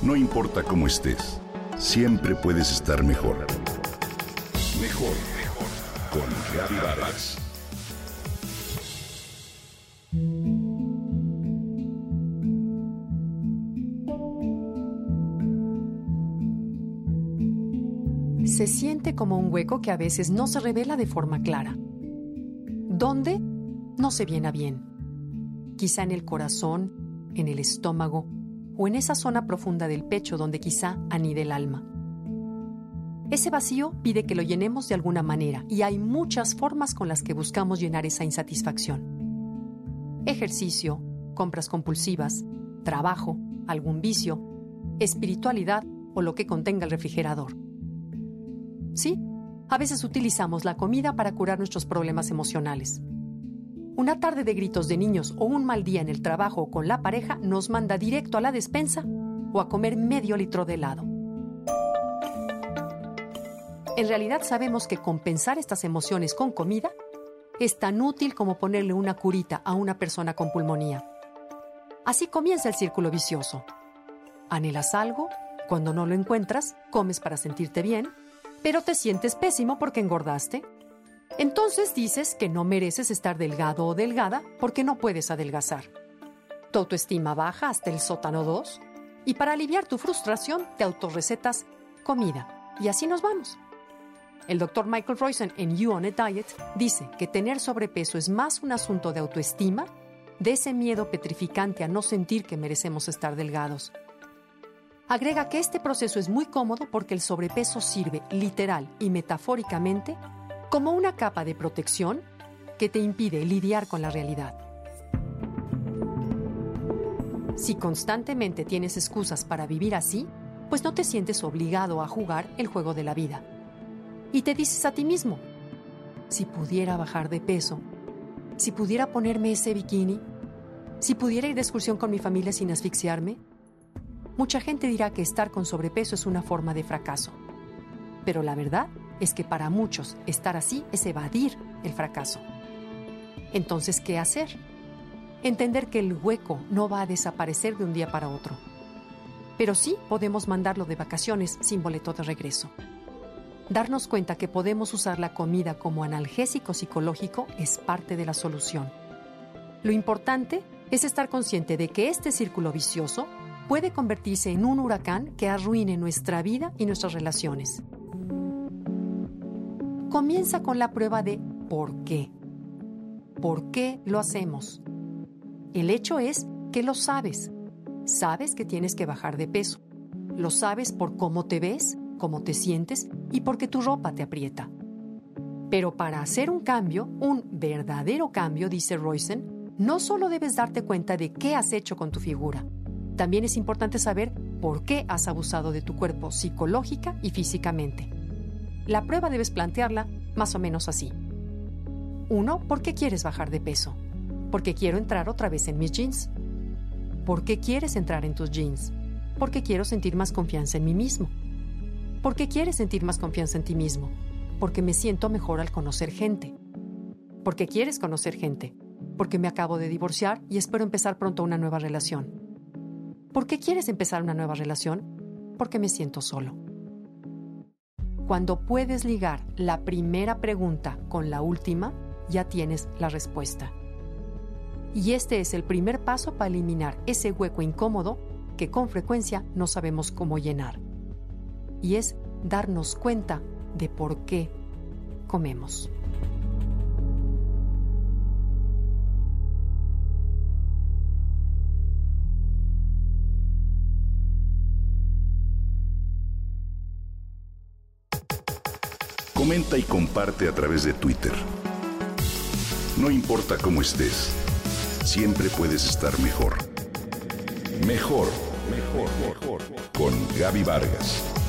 No importa cómo estés, siempre puedes estar mejor. Mejor, mejor. Con Gaby Vargas. Se siente como un hueco que a veces no se revela de forma clara. ¿Dónde? No se viene a bien. Quizá en el corazón, en el estómago o en esa zona profunda del pecho donde quizá anide el alma. Ese vacío pide que lo llenemos de alguna manera y hay muchas formas con las que buscamos llenar esa insatisfacción. Ejercicio, compras compulsivas, trabajo, algún vicio, espiritualidad o lo que contenga el refrigerador. Sí, a veces utilizamos la comida para curar nuestros problemas emocionales. Una tarde de gritos de niños o un mal día en el trabajo o con la pareja nos manda directo a la despensa o a comer medio litro de helado. En realidad sabemos que compensar estas emociones con comida es tan útil como ponerle una curita a una persona con pulmonía. Así comienza el círculo vicioso. Anhelas algo, cuando no lo encuentras, comes para sentirte bien, pero te sientes pésimo porque engordaste. Entonces dices que no mereces estar delgado o delgada porque no puedes adelgazar. Tu autoestima baja hasta el sótano 2 y para aliviar tu frustración te autorrecetas comida. Y así nos vamos. El Dr. Michael Roizen en You on a Diet dice que tener sobrepeso es más un asunto de autoestima, de ese miedo petrificante a no sentir que merecemos estar delgados. Agrega que este proceso es muy cómodo porque el sobrepeso sirve literal y metafóricamente como una capa de protección que te impide lidiar con la realidad. Si constantemente tienes excusas para vivir así, pues no te sientes obligado a jugar el juego de la vida. Y te dices a ti mismo, si pudiera bajar de peso, si pudiera ponerme ese bikini, si pudiera ir de excursión con mi familia sin asfixiarme. Mucha gente dirá que estar con sobrepeso es una forma de fracaso. Pero la verdad es que para muchos estar así es evadir el fracaso. Entonces, ¿qué hacer? Entender que el hueco no va a desaparecer de un día para otro. Pero sí podemos mandarlo de vacaciones sin boleto de regreso. Darnos cuenta que podemos usar la comida como analgésico psicológico es parte de la solución. Lo importante es estar consciente de que este círculo vicioso puede convertirse en un huracán que arruine nuestra vida y nuestras relaciones. Comienza con la prueba de ¿por qué? ¿Por qué lo hacemos? El hecho es que lo sabes. Sabes que tienes que bajar de peso. Lo sabes por cómo te ves, cómo te sientes y porque tu ropa te aprieta. Pero para hacer un cambio, un verdadero cambio, dice Roizen, no solo debes darte cuenta de qué has hecho con tu figura. También es importante saber por qué has abusado de tu cuerpo psicológica y físicamente. La prueba debes plantearla más o menos así. 1. ¿Por qué quieres bajar de peso? Porque quiero entrar otra vez en mis jeans. ¿Por qué quieres entrar en tus jeans? Porque quiero sentir más confianza en mí mismo. ¿Por qué quieres sentir más confianza en ti mismo? Porque me siento mejor al conocer gente. ¿Por qué quieres conocer gente? Porque me acabo de divorciar y espero empezar pronto una nueva relación. ¿Por qué quieres empezar una nueva relación? Porque me siento solo. Cuando puedes ligar la primera pregunta con la última, ya tienes la respuesta. Y este es el primer paso para eliminar ese hueco incómodo que con frecuencia no sabemos cómo llenar. Y es darnos cuenta de por qué comemos. Comenta y comparte a través de Twitter. No importa cómo estés, siempre puedes estar mejor. Mejor, mejor, mejor. Con Gaby Vargas.